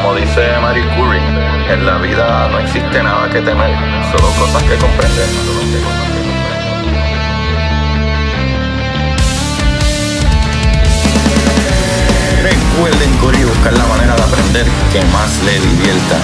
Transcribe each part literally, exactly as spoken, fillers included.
Como dice Marie Curie, en la vida no existe nada que temer, solo cosas que comprender. Recuerden, Corillo, buscar la manera de aprender que más le divierta.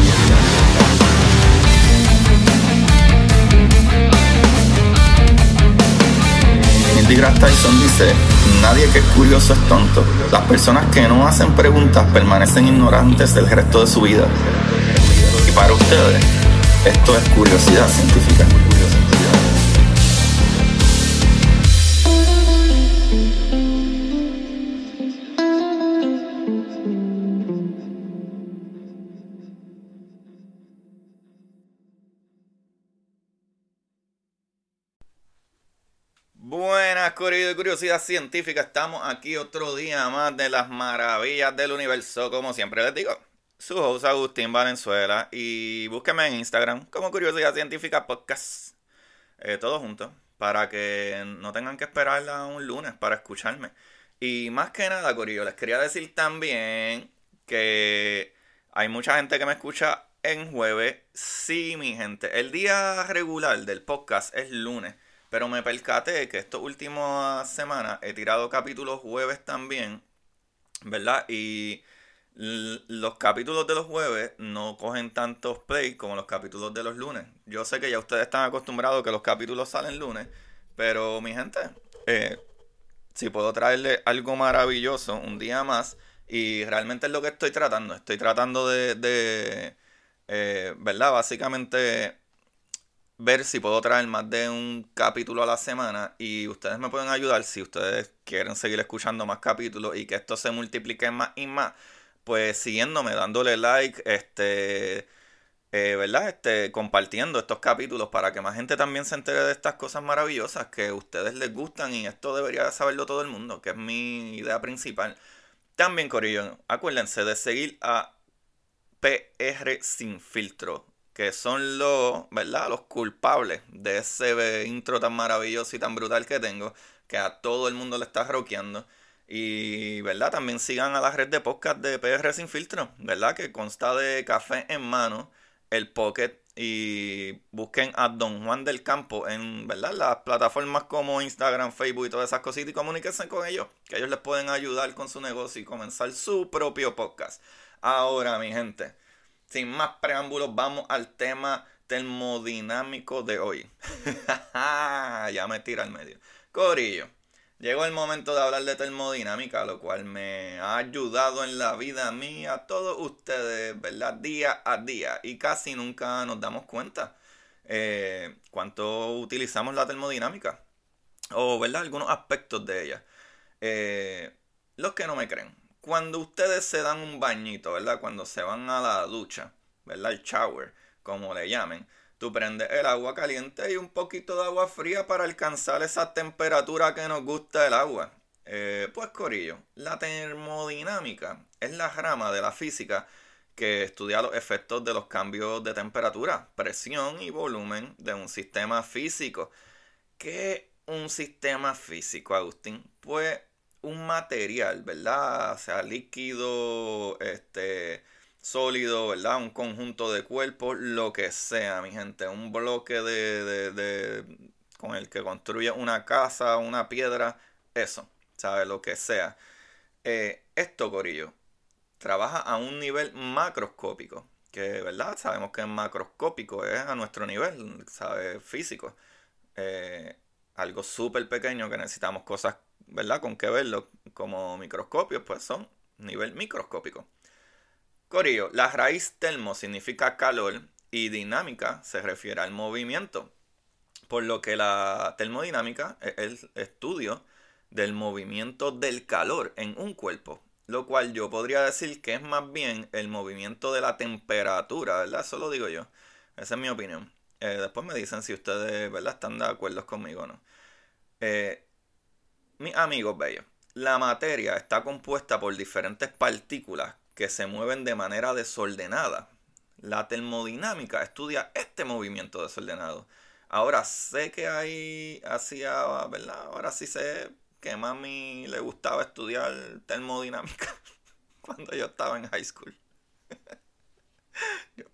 Neil deGrasse Tyson dice: nadie que es curioso es tonto. Las personas que no hacen preguntas permanecen ignorantes del resto de su vida. Y para ustedes, esto es curiosidad científica. Buenas, Corillo de Curiosidad Científica. Estamos aquí otro día más de las maravillas del universo. Como siempre les digo, su host Agustín Valenzuela. Y búsquenme en Instagram como Curiosidad Científica Podcast. Eh, todos juntos. Para que no tengan que esperar a un lunes para escucharme. Y más que nada, Corillo, les quería decir también que hay mucha gente que me escucha en jueves. Sí, mi gente. El día regular del podcast es lunes. Pero me percaté que estas últimas semanas he tirado capítulos jueves también, ¿verdad? Y l- los capítulos de los jueves no cogen tantos play como los capítulos de los lunes. Yo sé que ya ustedes están acostumbrados que los capítulos salen lunes, pero mi gente, eh, si puedo traerle algo maravilloso un día más, y realmente es lo que estoy tratando. Estoy tratando de, de eh, ¿verdad? Básicamente ver si puedo traer más de un capítulo a la semana, y ustedes me pueden ayudar si ustedes quieren seguir escuchando más capítulos y que esto se multiplique más y más, pues siguiéndome, dándole like, este, eh, ¿verdad? Este, compartiendo estos capítulos para que más gente también se entere de estas cosas maravillosas que a ustedes les gustan, y esto debería saberlo todo el mundo, que es mi idea principal. También, Corillo, acuérdense de seguir a P R Sin Filtro, que son los, ¿verdad? Los culpables de ese intro tan maravilloso y tan brutal que tengo, que a todo el mundo le está rockeando. Y, ¿verdad? También sigan a la red de podcast de P R Sin Filtro, ¿verdad? Que consta de Café en Mano, el Pocket, y busquen a Don Juan del Campo en, ¿verdad? Las plataformas como Instagram, Facebook y todas esas cositas, y comuníquense con ellos, que ellos les pueden ayudar con su negocio y comenzar su propio podcast. Ahora, mi gente, sin más preámbulos, vamos al tema termodinámico de hoy. Ya me tira al medio. Corillo, llegó el momento de hablar de termodinámica, lo cual me ha ayudado en la vida mía, a todos ustedes, ¿verdad? Día a día. Y casi nunca nos damos cuenta eh, cuánto utilizamos la termodinámica, o, ¿verdad? Algunos aspectos de ella. Eh, los que no me creen, cuando ustedes se dan un bañito, ¿verdad? Cuando se van a la ducha, ¿verdad? El shower, como le llamen. Tú prendes el agua caliente y un poquito de agua fría para alcanzar esa temperatura que nos gusta del agua. Eh, pues, Corillo, la termodinámica es la rama de la física que estudia los efectos de los cambios de temperatura, presión y volumen de un sistema físico. ¿Qué es un sistema físico, Agustín? Pues un material, ¿verdad? O sea, líquido, este, sólido, ¿verdad? Un conjunto de cuerpos, lo que sea, mi gente. Un bloque de, de, de con el que construye una casa, una piedra, eso, ¿sabes? Lo que sea. Eh, esto, Corillo, trabaja a un nivel macroscópico, que, ¿verdad? Sabemos que es macroscópico, es a nuestro nivel, ¿sabes? Físico. Eh, algo súper pequeño que necesitamos cosas, ¿verdad? Con que verlo, como microscopios, pues son nivel microscópico. Corillo, la raíz termo significa calor y dinámica se refiere al movimiento, por lo que la termodinámica es el estudio del movimiento del calor en un cuerpo, lo cual yo podría decir que es más bien el movimiento de la temperatura, ¿verdad? Eso lo digo yo, esa es mi opinión. Eh, después me dicen si ustedes, ¿verdad?, están de acuerdo conmigo o no. Eh, mis amigos bellos, la materia está compuesta por diferentes partículas que se mueven de manera desordenada. La termodinámica estudia este movimiento desordenado. Ahora sé que hay, hacía, ¿verdad? Ahora sí sé que a mami le gustaba estudiar termodinámica cuando yo estaba en high school.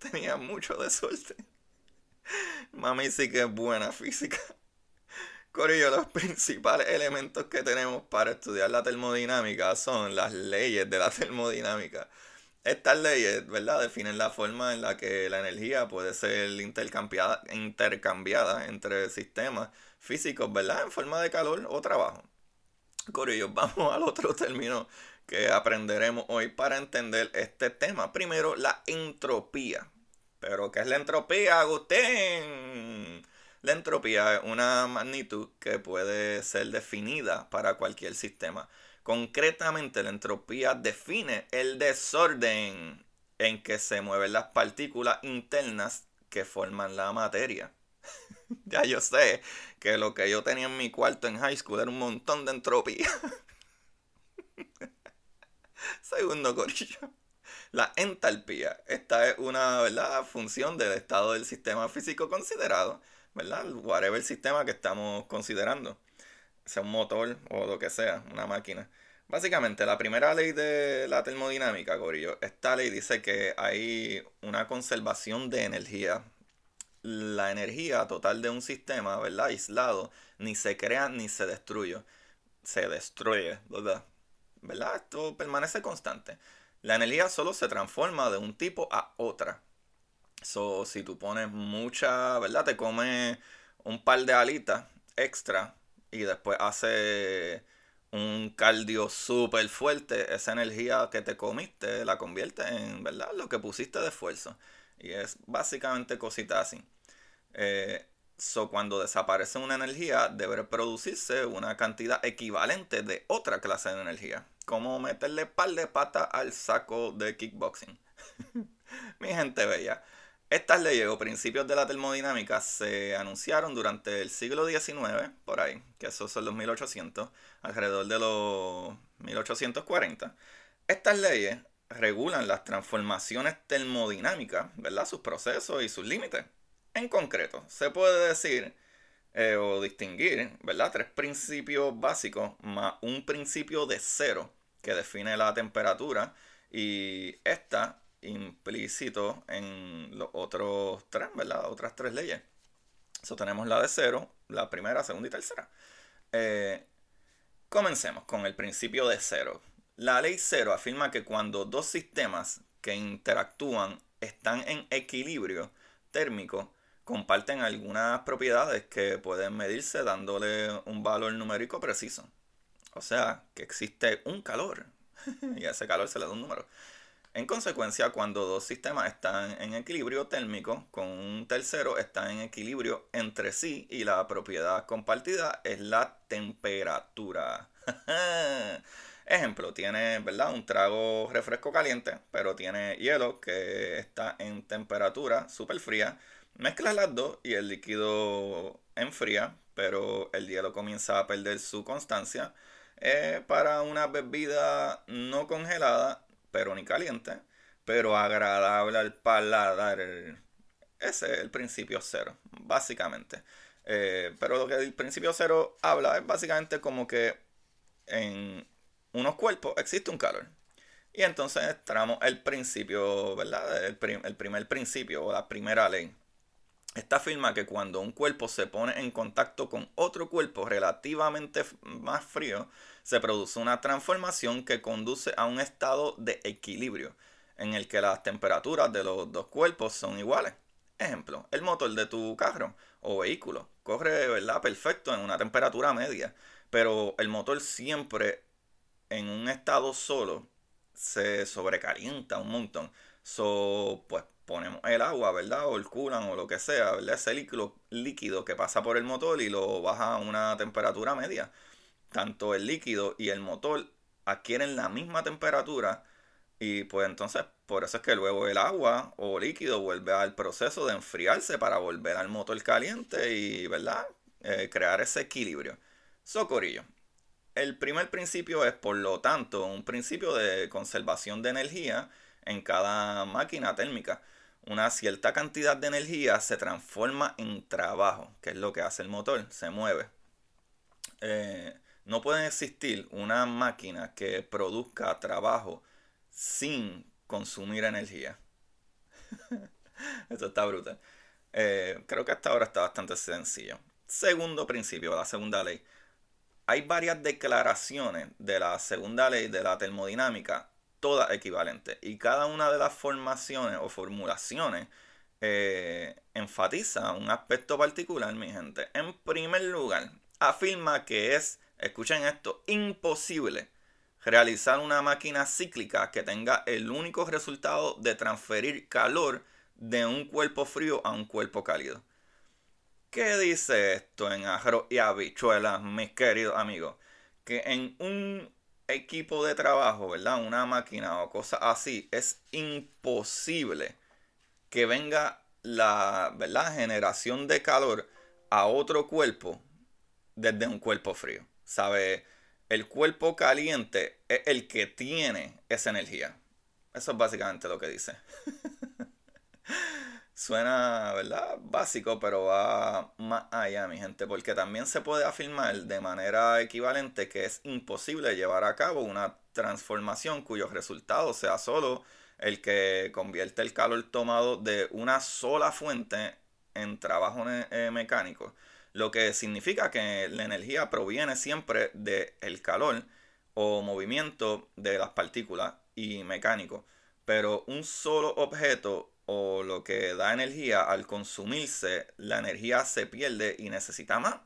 tenía mucho de suerte. Mami sí que es buena física. Corillo, los principales elementos que tenemos para estudiar la termodinámica son las leyes de la termodinámica. Estas leyes, ¿verdad?, definen la forma en la que la energía puede ser intercambiada, intercambiada entre sistemas físicos, ¿verdad?, en forma de calor o trabajo. Corillo, vamos al otro término que aprenderemos hoy para entender este tema. Primero, la entropía. ¿Pero qué es la entropía, Agustín? La entropía es una magnitud que puede ser definida para cualquier sistema. Concretamente, la entropía define el desorden en que se mueven las partículas internas que forman la materia. Ya yo sé que lo que yo tenía en mi cuarto en high school era un montón de entropía. Segundo, corillo, la entalpía. Esta es una, ¿verdad?, función del estado del sistema físico considerado, ¿verdad? Whatever sistema que estamos considerando, sea un motor o lo que sea, una máquina. Básicamente, la primera ley de la termodinámica, corillo, esta ley dice que hay una conservación de energía. La energía total de un sistema, ¿verdad?, aislado, ni se crea ni se destruye. Se destruye, ¿verdad? ¿Verdad? Esto permanece constante. La energía solo se transforma de un tipo a otra. So, si tú pones mucha, ¿verdad? Te comes un par de alitas extra y después haces un cardio súper fuerte, esa energía que te comiste la convierte en, ¿verdad?, lo que pusiste de esfuerzo. Y es básicamente cositas así. Eh, so, cuando desaparece una energía, debe producirse una cantidad equivalente de otra clase de energía. Como meterle par de patas al saco de kickboxing. Mi gente bella. Estas leyes o principios de la termodinámica se anunciaron durante el siglo diecinueve, por ahí, que esos son los mil ochocientos, alrededor de los mil ochocientos cuarenta. Estas leyes regulan las transformaciones termodinámicas, ¿verdad?, sus procesos y sus límites. En concreto, se puede decir eh, o distinguir, ¿verdad?, tres principios básicos más un principio de cero que define la temperatura y esta implícito en los otros tres, ¿verdad?, otras tres leyes. So, tenemos la de cero, la primera, segunda y tercera. Eh, comencemos con el principio de cero. La ley cero afirma que cuando dos sistemas que interactúan están en equilibrio térmico, comparten algunas propiedades que pueden medirse dándole un valor numérico preciso. O sea, que existe un calor y a ese calor se le da un número. En consecuencia, cuando dos sistemas están en equilibrio térmico, con un tercero están en equilibrio entre sí y la propiedad compartida es la temperatura. Ejemplo, tiene, ¿verdad?, un trago refresco caliente, pero tiene hielo que está en temperatura súper fría. Mezclas las dos y el líquido enfría, pero el hielo comienza a perder su constancia. Eh, para una bebida no congelada, pero ni caliente, pero agradable al paladar. Ese es el principio cero, básicamente. Eh, pero lo que el principio cero habla es básicamente como que en unos cuerpos existe un calor. Y entonces traemos el principio, ¿verdad? El, prim el primer principio o la primera ley. Esta afirma que cuando un cuerpo se pone en contacto con otro cuerpo relativamente más frío, se produce una transformación que conduce a un estado de equilibrio, en el que las temperaturas de los dos cuerpos son iguales. Ejemplo, el motor de tu carro o vehículo corre, ¿verdad?, perfecto en una temperatura media, pero el motor siempre en un estado solo se sobrecalienta un montón. So, pues ponemos el agua, ¿verdad?, o el coolant o lo que sea, ¿verdad?, ese líquido, líquido que pasa por el motor y lo baja a una temperatura media. Tanto el líquido y el motor adquieren la misma temperatura y pues entonces por eso es que luego el agua o líquido vuelve al proceso de enfriarse para volver al motor caliente y, ¿verdad?, eh, crear ese equilibrio. Socorillo. El primer principio es, por lo tanto, un principio de conservación de energía en cada máquina térmica. Una cierta cantidad de energía se transforma en trabajo, que es lo que hace el motor, se mueve. Eh, no puede existir una máquina que produzca trabajo sin consumir energía. Eso está brutal. Eh, creo que hasta ahora está bastante sencillo. Segundo principio, la segunda ley. Hay varias declaraciones de la segunda ley de la termodinámica, todas equivalentes. Y cada una de las formaciones o formulaciones eh, enfatiza un aspecto particular, mi gente. En primer lugar, afirma que es, escuchen esto, imposible realizar una máquina cíclica que tenga el único resultado de transferir calor de un cuerpo frío a un cuerpo cálido. ¿Qué dice esto en arroz y habichuelas, mis queridos amigos? Que en un equipo de trabajo, ¿verdad? Una máquina o cosas así, es imposible que venga la, ¿verdad? Generación de calor a otro cuerpo desde un cuerpo frío. ¿Sabe? El cuerpo caliente es el que tiene esa energía. Eso es básicamente lo que dice. Suena, ¿verdad? Básico, pero va más allá, mi gente, porque también se puede afirmar de manera equivalente que es imposible llevar a cabo una transformación cuyo resultado sea solo el que convierte el calor tomado de una sola fuente en trabajo eh, mecánico, lo que significa que la energía proviene siempre del calor o movimiento de las partículas y mecánico, pero un solo objeto o lo que da energía al consumirse, la energía se pierde y necesita más.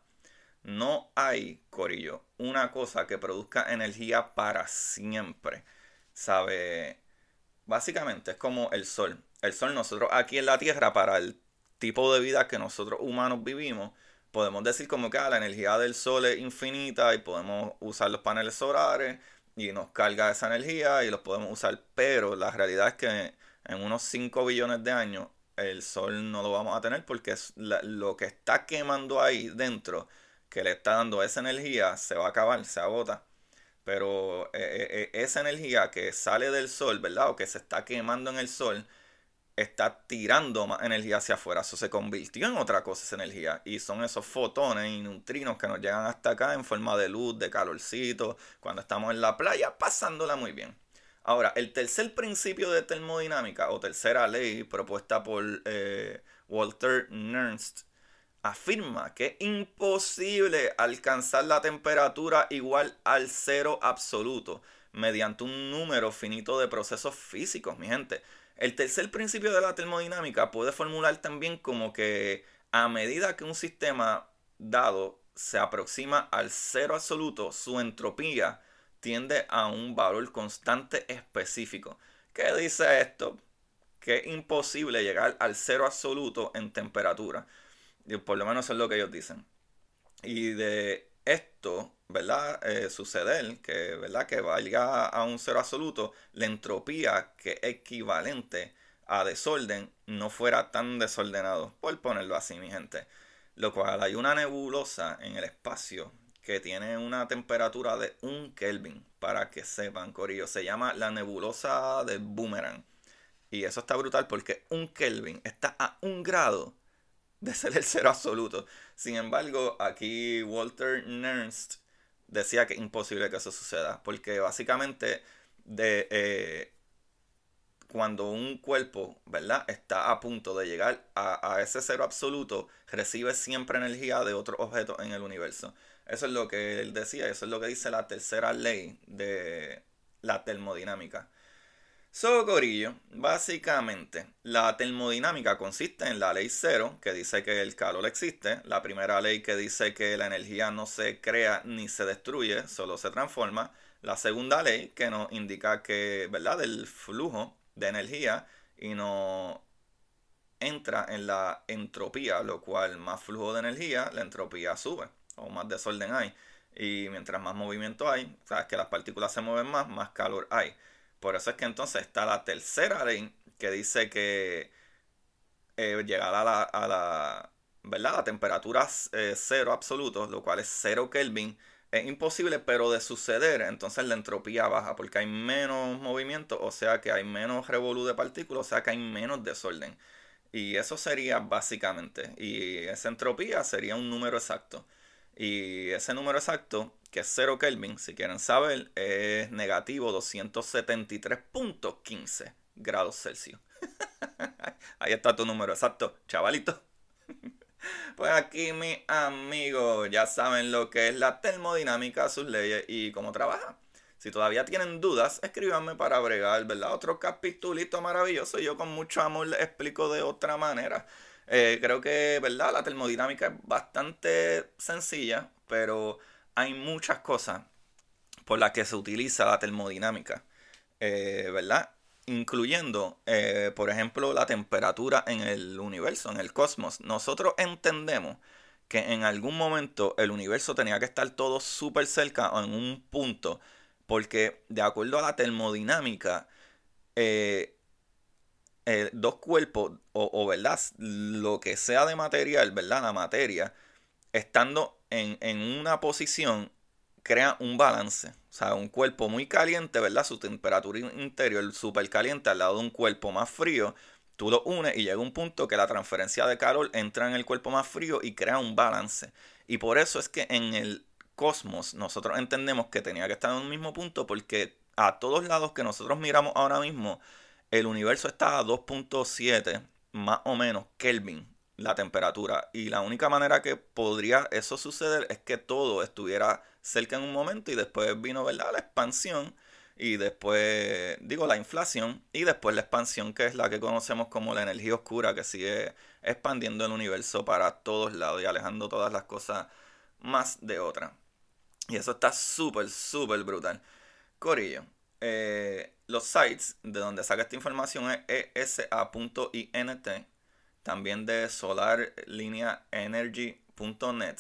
No hay, corillo, una cosa que produzca energía para siempre. ¿Sabe? Básicamente es como el sol. El sol, nosotros aquí en la Tierra, para el tipo de vida que nosotros humanos vivimos, podemos decir como que ah, la energía del sol es infinita y podemos usar los paneles solares y nos carga esa energía y los podemos usar. Pero la realidad es que en unos cinco billones de años el sol no lo vamos a tener porque es la- lo que está quemando ahí dentro, que le está dando esa energía, se va a acabar, se agota. Pero eh, eh, eh, esa energía que sale del sol, ¿verdad? O que se está quemando en el sol, está tirando más energía hacia afuera. Eso se convirtió en otra cosa, esa energía. Y son esos fotones y neutrinos que nos llegan hasta acá en forma de luz, de calorcito, cuando estamos en la playa, pasándola muy bien. Ahora, el tercer principio de termodinámica, o tercera ley propuesta por eh, Walter Nernst, afirma que es imposible alcanzar la temperatura igual al cero absoluto mediante un número finito de procesos físicos, mi gente. El tercer principio de la termodinámica puede formular también como que a medida que un sistema dado se aproxima al cero absoluto, su entropía tiende a un valor constante específico. ¿Qué dice esto? Que es imposible llegar al cero absoluto en temperatura. Por lo menos eso es lo que ellos dicen. Y de esto, ¿verdad? Eh, suceder que, ¿verdad? Que valga a un cero absoluto, la entropía que es equivalente a desorden no fuera tan desordenado, por ponerlo así, mi gente. Lo cual hay una nebulosa en el espacio que tiene una temperatura de un Kelvin, para que sepan, corillo. Se llama la nebulosa de Boomerang. Y eso está brutal porque un Kelvin está a un grado de ser el cero absoluto. Sin embargo, aquí Walter Nernst decía que es imposible que eso suceda, porque básicamente de, eh, cuando un cuerpo, ¿verdad?, está a punto de llegar a, a ese cero absoluto, recibe siempre energía de otros objetos en el universo. Eso es lo que él decía, eso es lo que dice la tercera ley de la termodinámica. So, Corillo, básicamente, la termodinámica consiste en la ley cero, que dice que el calor existe, la primera ley que dice que la energía no se crea ni se destruye, solo se transforma, la segunda ley que nos indica que, ¿verdad?, el flujo de energía y no entra en la entropía, lo cual más flujo de energía, la entropía sube, o más desorden hay. Y mientras más movimiento hay, sabes que las partículas se mueven más, más calor hay. Por eso es que entonces está la tercera ley que dice que eh, llegar a la, a la, ¿verdad? La temperatura eh, cero absoluto, lo cual es cero Kelvin, es imposible, pero de suceder, entonces la entropía baja porque hay menos movimiento, o sea que hay menos revolú de partículas, o sea que hay menos desorden. Y eso sería básicamente. Y esa entropía sería un número exacto. Y ese número exacto, que es cero Kelvin, si quieren saber, es negativo doscientos setenta y tres punto quince grados Celsius. Ahí está tu número exacto, chavalito. Pues aquí mis amigos ya saben lo que es la termodinámica, sus leyes y cómo trabaja. Si todavía tienen dudas, escríbanme para bregar, ¿verdad? Otro capitulito maravilloso. Yo con mucho amor les explico de otra manera. Eh, creo que, ¿verdad? La termodinámica es bastante sencilla, pero hay muchas cosas por las que se utiliza la termodinámica, eh, ¿verdad? Incluyendo, eh, por ejemplo, la temperatura en el universo, en el cosmos. Nosotros entendemos que en algún momento el universo tenía que estar todo súper cerca o en un punto, porque de acuerdo a la termodinámica, eh, eh, dos cuerpos, o, o, verdad, lo que sea de material, ¿verdad? La materia, estando en, en una posición, crea un balance. O sea, un cuerpo muy caliente, ¿verdad? Su temperatura interior súper caliente al lado de un cuerpo más frío. Tú lo unes y llega un punto que la transferencia de calor entra en el cuerpo más frío y crea un balance. Y por eso es que en el cosmos nosotros entendemos que tenía que estar en un mismo punto, porque a todos lados que nosotros miramos ahora mismo, el universo está a dos punto siete más o menos Kelvin la temperatura, y la única manera que podría eso suceder es que todo estuviera cerca en un momento y después vino, ¿verdad?, la expansión y después, digo, la inflación y después la expansión, que es la que conocemos como la energía oscura, que sigue expandiendo el universo para todos lados y alejando todas las cosas más de otra. Y eso está súper, súper brutal. Corillo, eh, los sites de donde saca esta información es e s a punto int, también de solar linea energy punto net,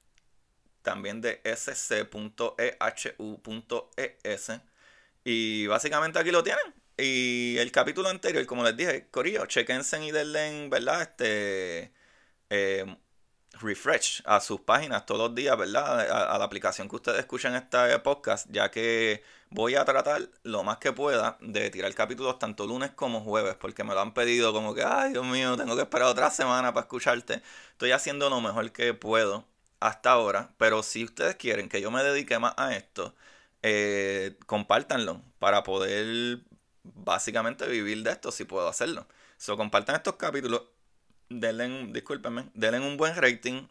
también de s c punto e h u punto e s, y básicamente aquí lo tienen. Y el capítulo anterior, como les dije, corillo, chequense y denle, ¿verdad? Este... Eh, refresh a sus páginas todos los días, ¿verdad? A, a la aplicación que ustedes escuchan este podcast, ya que voy a tratar lo más que pueda de tirar capítulos tanto lunes como jueves, porque me lo han pedido como que, ay, Dios mío, tengo que esperar otra semana para escucharte. Estoy haciendo lo mejor que puedo hasta ahora, pero si ustedes quieren que yo me dedique más a esto, eh, compártanlo para poder básicamente vivir de esto, si puedo hacerlo. So, compartan estos capítulos. Denle, discúlpenme, denle un buen rating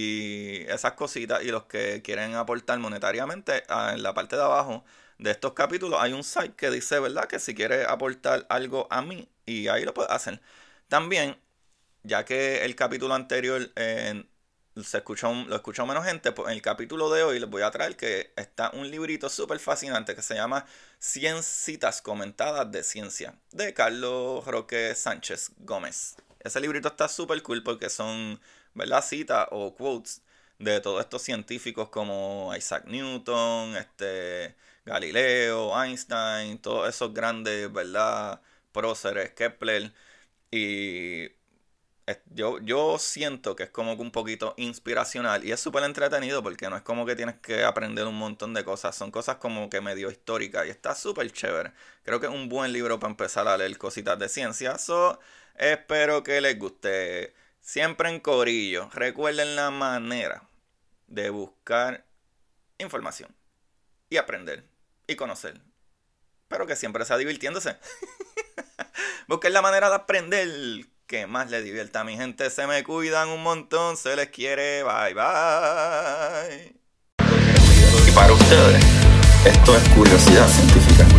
y esas cositas. Y los que quieren aportar monetariamente, en la parte de abajo de estos capítulos hay un site que dice, ¿verdad?, que si quiere aportar algo a mí, y ahí lo puede hacer. También, ya que el capítulo anterior eh, se escuchó, lo escuchó menos gente, pues en el capítulo de hoy les voy a traer que está un librito súper fascinante que se llama cien citas comentadas de ciencia, de Carlos Roque Sánchez Gómez. Ese librito está súper cool porque son, ¿verdad?, citas o quotes de todos estos científicos como Isaac Newton, este, Galileo, Einstein, todos esos grandes, ¿verdad?, próceres, Kepler. Y yo, yo siento que es como que un poquito inspiracional y es súper entretenido porque no es como que tienes que aprender un montón de cosas. Son cosas como que medio históricas y está súper chévere. Creo que es un buen libro para empezar a leer cositas de ciencia. So, espero que les guste. Siempre en corillo. Recuerden la manera de buscar información y aprender y conocer. Pero que siempre sea divirtiéndose. Busquen la manera de aprender que más les divierta. A mi gente, se me cuidan un montón. Se les quiere. Bye, bye. Y para ustedes, esto es curiosidad científica.